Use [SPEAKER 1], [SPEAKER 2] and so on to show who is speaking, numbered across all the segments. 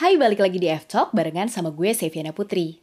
[SPEAKER 1] Hai, balik lagi di F-Talk barengan sama gue, Seviana Putri.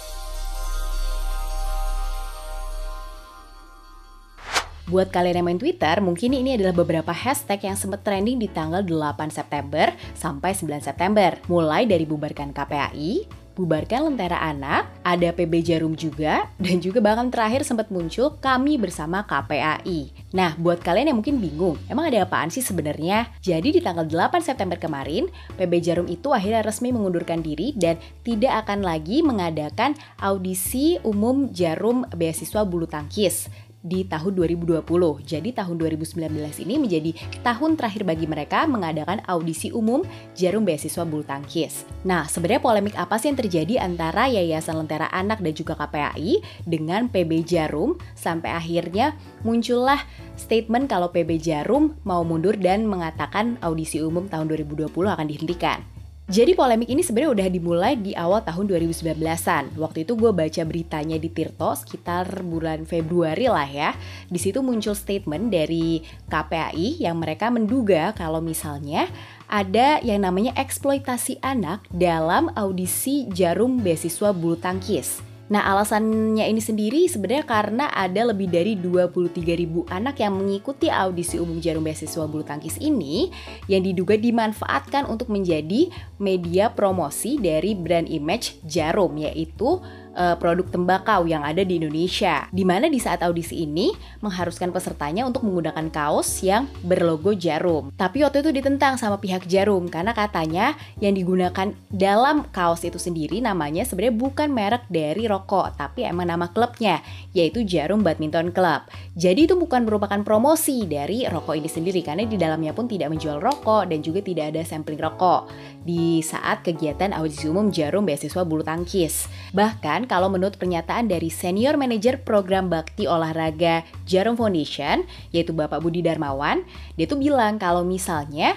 [SPEAKER 1] Buat kalian yang main Twitter, mungkin ini adalah beberapa hashtag yang sempat trending di tanggal 8 September sampai 9 September. Mulai dari bubarkan KPAI, bubarkan Lentera Anak, ada PB Jarum juga, dan juga bahkan terakhir sempat muncul Kami Bersama KPAI. Nah, buat kalian yang mungkin bingung, emang ada apaan sih sebenarnya? Jadi di tanggal 8 September kemarin, PB Jarum itu akhirnya resmi mengundurkan diri dan tidak akan lagi mengadakan audisi umum Jarum Beasiswa Bulu Tangkis di tahun 2020. Jadi tahun 2019 ini menjadi tahun terakhir bagi mereka mengadakan audisi umum Jarum Beasiswa Bulu Tangkis. Nah, sebenarnya polemik apa sih yang terjadi antara Yayasan Lentera Anak dan juga KPAI dengan PB Jarum sampai akhirnya muncullah statement kalau PB Jarum mau mundur dan mengatakan audisi umum tahun 2020 akan dihentikan. Jadi polemik ini sebenarnya udah dimulai di awal tahun 2019-an. Waktu itu gue baca beritanya di Tirto sekitar bulan Februari lah ya. Di situ muncul statement dari KPAI yang mereka menduga kalau misalnya ada yang namanya eksploitasi anak dalam audisi Jarum Beasiswa Bulu Tangkis. Nah, alasannya ini sendiri sebenarnya karena ada lebih dari 23.000 anak yang mengikuti audisi umum Jarum Beasiswa Bulu Tangkis ini yang diduga dimanfaatkan untuk menjadi media promosi dari brand image Jarum, yaitu produk tembakau yang ada di Indonesia. Dimana di saat audisi ini mengharuskan pesertanya untuk menggunakan kaos yang berlogo Jarum. Tapi waktu itu ditentang sama pihak Jarum karena katanya yang digunakan dalam kaos itu sendiri namanya sebenarnya bukan merek dari rokok, tapi emang nama klubnya, yaitu Jarum Badminton Club. Jadi itu bukan merupakan promosi dari rokok ini sendiri karena di dalamnya pun tidak menjual rokok dan juga tidak ada sampling rokok di saat kegiatan audisi umum Jarum Beasiswa Bulu Tangkis. Bahkan kalau menurut pernyataan dari Senior Manager Program Bakti Olahraga Jarum Foundation, yaitu Bapak Budi Darmawan, dia tuh bilang kalau misalnya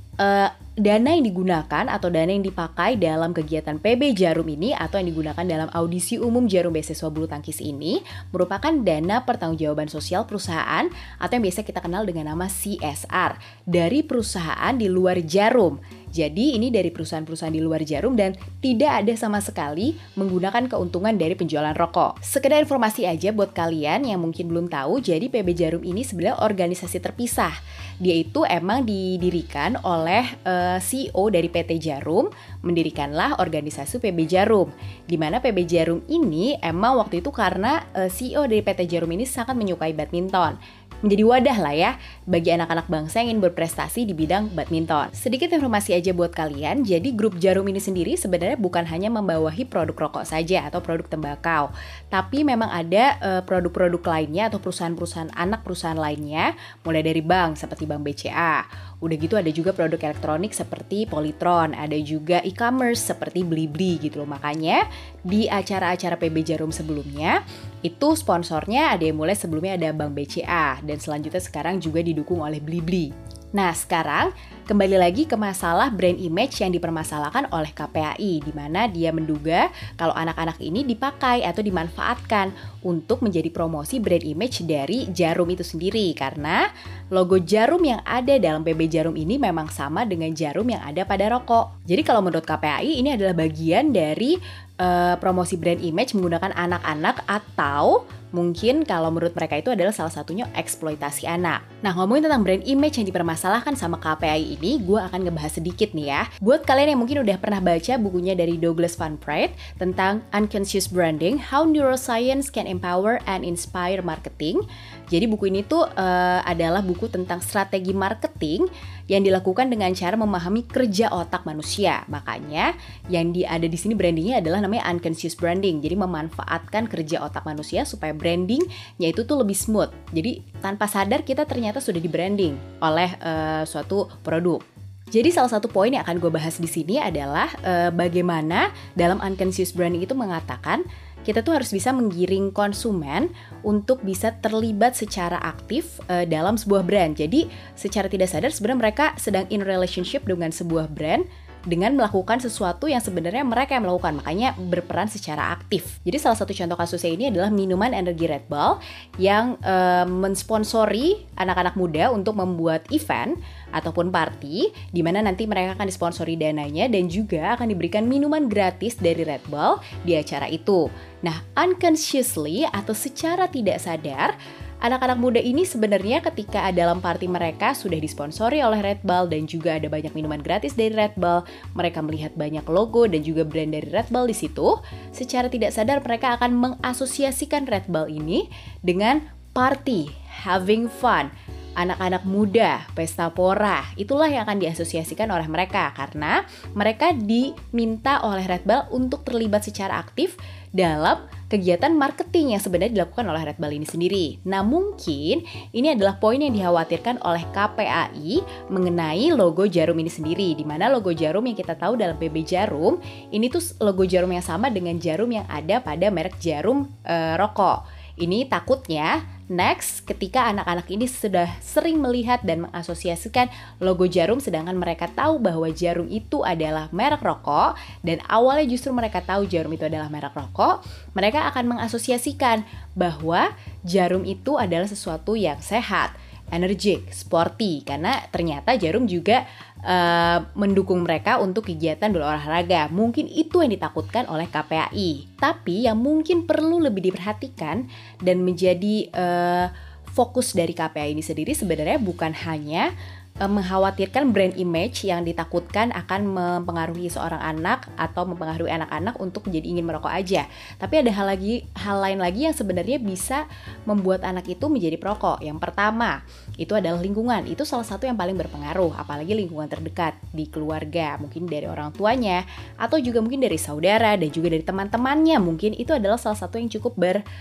[SPEAKER 1] dana yang digunakan atau dana yang dipakai dalam kegiatan PB Jarum ini atau yang digunakan dalam audisi umum Jarum Beasiswa Bulu Tangkis ini merupakan dana pertanggungjawaban sosial perusahaan atau yang biasa kita kenal dengan nama CSR dari perusahaan di luar Jarum. Jadi ini dari perusahaan-perusahaan di luar Jarum dan tidak ada sama sekali menggunakan keuntungan dari penjualan rokok. Sekedar informasi aja buat kalian yang mungkin belum tahu, jadi PB Jarum ini sebenarnya organisasi terpisah. Dia itu emang didirikan oleh CEO dari PT Jarum, mendirikanlah organisasi PB Jarum. Di mana PB Jarum ini emang waktu itu karena CEO dari PT Jarum ini sangat menyukai badminton. Menjadi wadah lah ya bagi anak-anak bangsa yang ingin berprestasi di bidang badminton. Sedikit informasi aja buat kalian, jadi grup Jarum ini sendiri sebenarnya bukan hanya membawahi produk rokok saja atau produk tembakau, tapi memang ada produk-produk lainnya atau perusahaan-perusahaan anak perusahaan lainnya, mulai dari bank seperti Bank BCA. Udah gitu ada juga produk elektronik seperti Polytron, ada juga e-commerce seperti Blibli gitu loh. Makanya di acara-acara PB Jarum sebelumnya itu sponsornya ada yang mulai sebelumnya ada Bank BCA dan selanjutnya sekarang juga didukung oleh Blibli. Nah, sekarang kembali lagi ke masalah brand image yang dipermasalahkan oleh KPAI, di mana dia menduga kalau anak-anak ini dipakai atau dimanfaatkan untuk menjadi promosi brand image dari Jarum itu sendiri, karena logo Jarum yang ada dalam PB Jarum ini memang sama dengan Jarum yang ada pada rokok. Jadi kalau menurut KPAI ini adalah bagian dari promosi brand image menggunakan anak-anak atau mungkin kalau menurut mereka itu adalah salah satunya eksploitasi anak. Nah, ngomongin tentang brand image yang dipermasalahkan sama KPAI ini, gue akan ngebahas sedikit nih ya. Buat kalian yang mungkin udah pernah baca bukunya dari Douglas Van Praet tentang Unconscious Branding, How Neuroscience Can Empower and Inspire Marketing. Jadi buku ini tuh adalah buku tentang strategi marketing yang dilakukan dengan cara memahami kerja otak manusia. Makanya yang ada di sini brandingnya adalah namanya unconscious branding. Jadi memanfaatkan kerja otak manusia supaya brandingnya itu tuh lebih smooth. Jadi tanpa sadar kita ternyata sudah di branding oleh suatu produk. Jadi salah satu poin yang akan gue bahas di sini adalah bagaimana dalam unconscious branding itu mengatakan kita tuh harus bisa menggiring konsumen untuk bisa terlibat secara aktif dalam sebuah brand. Jadi secara tidak sadar sebenarnya mereka sedang in relationship dengan sebuah brand dengan melakukan sesuatu yang sebenarnya mereka yang melakukan, makanya berperan secara aktif. Jadi salah satu contoh kasusnya ini adalah minuman energi Red Bull yang mensponsori anak-anak muda untuk membuat event ataupun party di mana nanti mereka akan disponsori dananya dan juga akan diberikan minuman gratis dari Red Bull di acara itu. Nah, unconsciously atau secara tidak sadar, anak-anak muda ini sebenarnya ketika dalam party mereka sudah disponsori oleh Red Bull dan juga ada banyak minuman gratis dari Red Bull, mereka melihat banyak logo dan juga brand dari Red Bull di situ, secara tidak sadar mereka akan mengasosiasikan Red Bull ini dengan party, having fun. Anak-anak muda, pesta pora, itulah yang akan diasosiasikan oleh mereka karena mereka diminta oleh Red Bull untuk terlibat secara aktif dalam kegiatan marketing yang sebenarnya dilakukan oleh Red Bull ini sendiri. Nah, mungkin ini adalah poin yang dikhawatirkan oleh KPAI mengenai logo Jarum ini sendiri, di mana logo Jarum yang kita tahu dalam PB Jarum, ini tuh logo jarum yang sama dengan jarum yang ada pada merek jarum rokok. Ini takutnya next ketika anak-anak ini sudah sering melihat dan mengasosiasikan logo jarum sedangkan mereka tahu bahwa jarum itu adalah merek rokok dan awalnya justru mereka tahu jarum itu adalah merek rokok, mereka akan mengasosiasikan bahwa jarum itu adalah sesuatu yang sehat, energik, sporty karena ternyata jarum juga mendukung mereka untuk kegiatan berolahraga. Mungkin itu yang ditakutkan oleh KPAI. Tapi yang mungkin perlu lebih diperhatikan dan menjadi fokus dari KPAI ini sendiri sebenarnya bukan hanya mengkhawatirkan brand image yang ditakutkan akan mempengaruhi seorang anak atau mempengaruhi anak-anak untuk jadi ingin merokok aja. Tapi ada hal lain lagi yang sebenarnya bisa membuat anak itu menjadi perokok. Yang pertama, itu adalah lingkungan. Itu salah satu yang paling berpengaruh, apalagi lingkungan terdekat di keluarga, mungkin dari orang tuanya atau juga mungkin dari saudara dan juga dari teman-temannya. Mungkin itu adalah salah satu yang cukup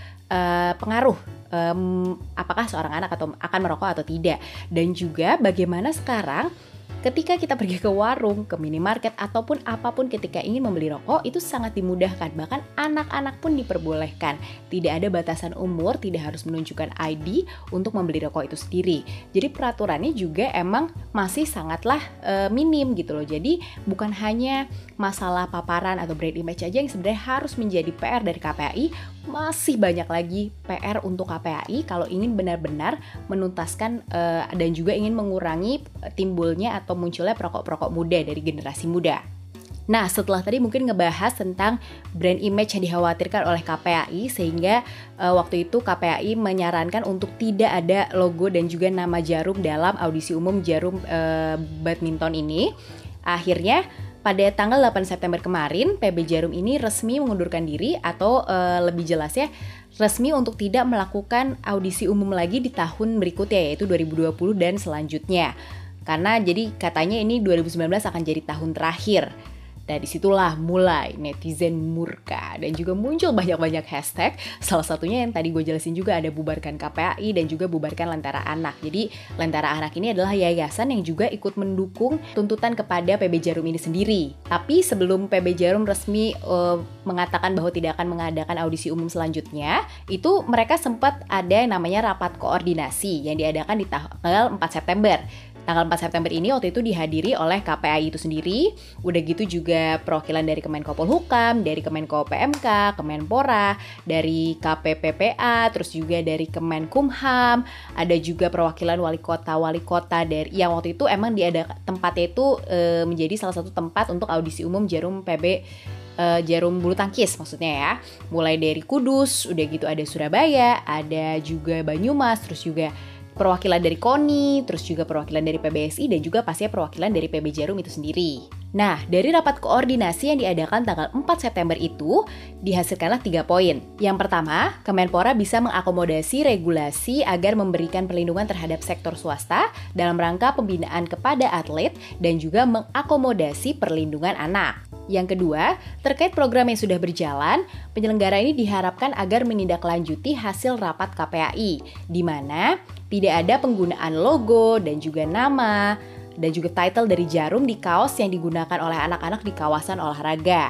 [SPEAKER 1] berpengaruh apakah seorang anak atau akan merokok atau tidak. Dan juga bagaimana sekarang ketika kita pergi ke warung, ke minimarket, ataupun apapun ketika ingin membeli rokok, itu sangat dimudahkan. Bahkan anak-anak pun diperbolehkan. Tidak ada batasan umur, tidak harus menunjukkan ID untuk membeli rokok itu sendiri. Jadi peraturannya juga emang masih sangatlah minim gitu loh. Jadi bukan hanya masalah paparan atau brand image aja yang sebenarnya harus menjadi PR dari KPAI, masih banyak lagi PR untuk KPAI kalau ingin benar-benar menuntaskan dan juga ingin mengurangi timbulnya atau munculnya perokok-perokok muda dari generasi muda. Nah, setelah tadi mungkin ngebahas tentang brand image yang dikhawatirkan oleh KPAI sehingga waktu itu KPAI menyarankan untuk tidak ada logo dan juga nama jarum dalam audisi umum jarum badminton ini. Akhirnya pada tanggal 8 September kemarin, PB Jarum ini resmi mengundurkan diri atau lebih jelasnya resmi untuk tidak melakukan audisi umum lagi di tahun berikutnya yaitu 2020 dan selanjutnya. Karena jadi katanya ini 2019 akan jadi tahun terakhir. Dan disitulah mulai netizen murka dan juga muncul banyak-banyak hashtag. Salah satunya yang tadi gue jelasin juga ada bubarkan KPAI dan juga bubarkan Lentera Anak. Jadi Lentera Anak ini adalah yayasan yang juga ikut mendukung tuntutan kepada PB Jarum ini sendiri. Tapi sebelum PB Jarum resmi mengatakan bahwa tidak akan mengadakan audisi umum selanjutnya, itu mereka sempat ada yang namanya rapat koordinasi yang diadakan di tanggal 4 September. Tanggal 4 September ini waktu itu dihadiri oleh KPAI itu sendiri. Udah gitu juga perwakilan dari Kemenko Polhukam, dari Kemenko PMK, Kemenpora, dari KPPPA, terus juga dari Kemenkumham. Ada juga perwakilan wali kota dari yang waktu itu emang tempatnya itu menjadi salah satu tempat untuk audisi umum jarum PB jarum bulu tangkis maksudnya ya. Mulai dari Kudus, udah gitu ada Surabaya, ada juga Banyumas, terus juga perwakilan dari KONI, terus juga perwakilan dari PBSI dan juga pastinya perwakilan dari PB Jarum itu sendiri. Nah, dari rapat koordinasi yang diadakan tanggal 4 September itu, dihasilkanlah 3 poin. Yang pertama, Kemenpora bisa mengakomodasi regulasi agar memberikan perlindungan terhadap sektor swasta dalam rangka pembinaan kepada atlet dan juga mengakomodasi perlindungan anak. Yang kedua, terkait program yang sudah berjalan, penyelenggara ini diharapkan agar menindaklanjuti hasil rapat KPAI, di mana tidak ada penggunaan logo dan juga nama dan juga title dari jarum di kaos yang digunakan oleh anak-anak di kawasan olahraga.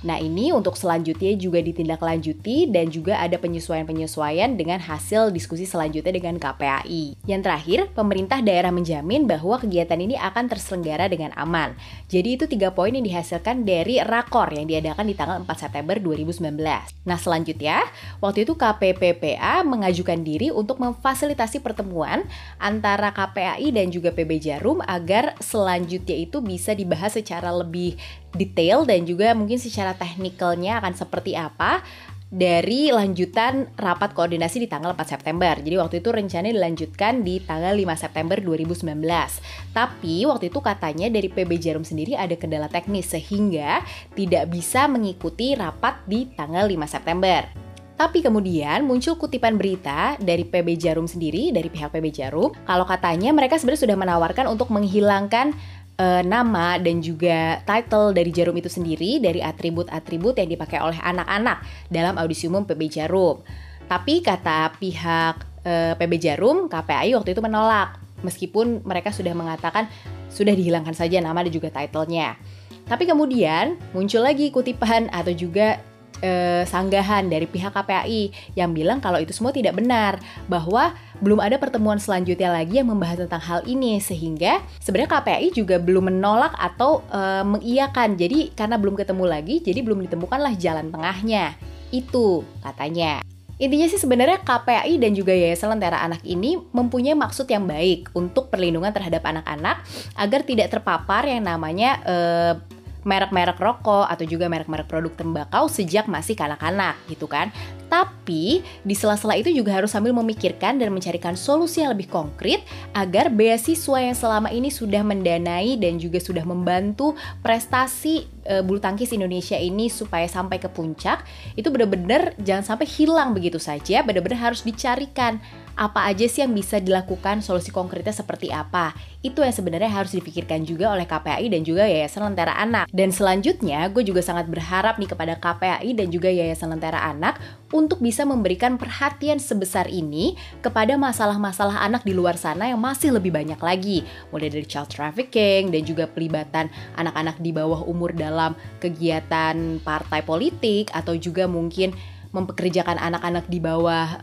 [SPEAKER 1] Nah, ini untuk selanjutnya juga ditindaklanjuti dan juga ada penyesuaian-penyesuaian dengan hasil diskusi selanjutnya dengan KPAI. Yang terakhir, pemerintah daerah menjamin bahwa kegiatan ini akan terselenggara dengan aman. Jadi itu 3 poin yang dihasilkan dari rakor yang diadakan di tanggal 4 September 2019. Nah, selanjutnya, waktu itu KPPPA mengajukan diri untuk memfasilitasi pertemuan antara KPAI dan juga PB Jarum agar selanjutnya itu bisa dibahas secara lebih detail dan juga mungkin secara teknikalnya akan seperti apa dari lanjutan rapat koordinasi di tanggal 4 September. Jadi waktu itu rencananya dilanjutkan di tanggal 5 September 2019. Tapi waktu itu katanya dari PB Jarum sendiri ada kendala teknis sehingga tidak bisa mengikuti rapat di tanggal 5 September. Tapi kemudian muncul kutipan berita dari PB Jarum sendiri, dari pihak PB Jarum, kalau katanya mereka sebenarnya sudah menawarkan untuk menghilangkan nama dan juga title dari Jarum itu sendiri dari atribut-atribut yang dipakai oleh anak-anak dalam audisi umum PB Jarum. Tapi kata pihak PB Jarum, KPAI waktu itu menolak, meskipun mereka sudah mengatakan sudah dihilangkan saja nama dan juga titlenya. Tapi kemudian muncul lagi kutipan atau juga sanggahan dari pihak KPAI yang bilang kalau itu semua tidak benar, bahwa belum ada pertemuan selanjutnya lagi yang membahas tentang hal ini, sehingga sebenarnya KPAI juga belum menolak atau mengiyakan. Jadi karena belum ketemu lagi, jadi belum ditemukanlah jalan tengahnya. Itu katanya. Intinya sih sebenarnya KPAI dan juga Yayasan Lentera Anak ini mempunyai maksud yang baik untuk perlindungan terhadap anak-anak agar tidak terpapar yang namanya merek-merek rokok atau juga merek-merek produk tembakau sejak masih kanak-kanak gitu kan. Tapi di sela-sela itu juga harus sambil memikirkan dan mencarikan solusi yang lebih konkret agar beasiswa yang selama ini sudah mendanai dan juga sudah membantu prestasi bulu tangkis Indonesia ini supaya sampai ke puncak itu benar-benar jangan sampai hilang begitu saja, benar-benar harus dicarikan apa aja sih yang bisa dilakukan, solusi konkretnya seperti apa. Itu yang sebenarnya harus dipikirkan juga oleh KPAI dan juga Yayasan Lentera Anak. Dan selanjutnya, gue juga sangat berharap nih kepada KPAI dan juga Yayasan Lentera Anak untuk bisa memberikan perhatian sebesar ini kepada masalah-masalah anak di luar sana yang masih lebih banyak lagi. Mulai dari child trafficking dan juga pelibatan anak-anak di bawah umur dalam kegiatan partai politik atau juga mungkin mempekerjakan anak-anak di bawah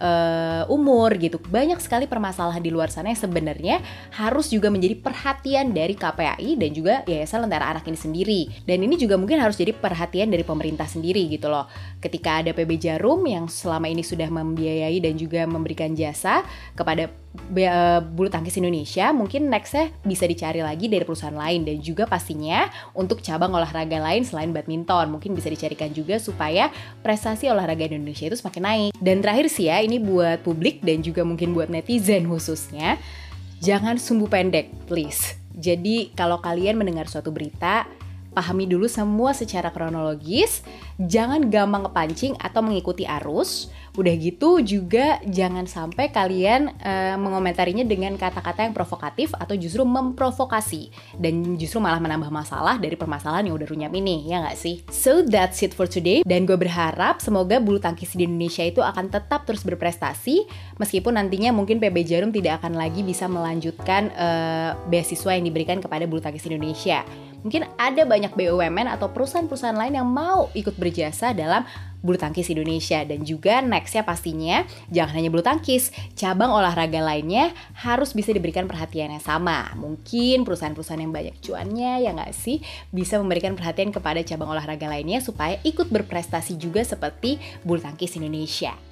[SPEAKER 1] umur gitu. Banyak sekali permasalahan di luar sana yang sebenarnya harus juga menjadi perhatian dari KPAI dan juga Yayasan Lentera Anak ini sendiri. Dan ini juga mungkin harus jadi perhatian dari pemerintah sendiri gitu loh. Ketika ada PB Jarum yang selama ini sudah membiayai dan juga memberikan jasa kepada bulu tangkis Indonesia, mungkin nextnya bisa dicari lagi dari perusahaan lain. Dan juga pastinya untuk cabang olahraga lain selain badminton mungkin bisa dicarikan juga supaya prestasi olahraga Indonesia itu semakin naik. Dan terakhir sih ya, ini buat publik dan juga mungkin buat netizen khususnya, jangan sumbu pendek please. Jadi kalau kalian mendengar suatu berita, pahami dulu semua secara kronologis, jangan gampang kepancing atau mengikuti arus. Udah gitu juga jangan sampai kalian mengomentarinya dengan kata-kata yang provokatif atau justru memprovokasi dan justru malah menambah masalah dari permasalahan yang udah runyam ini, ya nggak sih? So that's it for today, dan gue berharap semoga bulu tangkis di Indonesia itu akan tetap terus berprestasi meskipun nantinya mungkin PB Jarum tidak akan lagi bisa melanjutkan beasiswa yang diberikan kepada bulu tangkis Indonesia. Mungkin ada banyak BUMN atau perusahaan-perusahaan lain yang mau ikut berjasa dalam bulu tangkis Indonesia. Dan juga nextnya pastinya jangan hanya bulu tangkis, cabang olahraga lainnya harus bisa diberikan perhatian yang sama. Mungkin perusahaan-perusahaan yang banyak cuannya, ya nggak sih, bisa memberikan perhatian kepada cabang olahraga lainnya supaya ikut berprestasi juga seperti bulu tangkis Indonesia.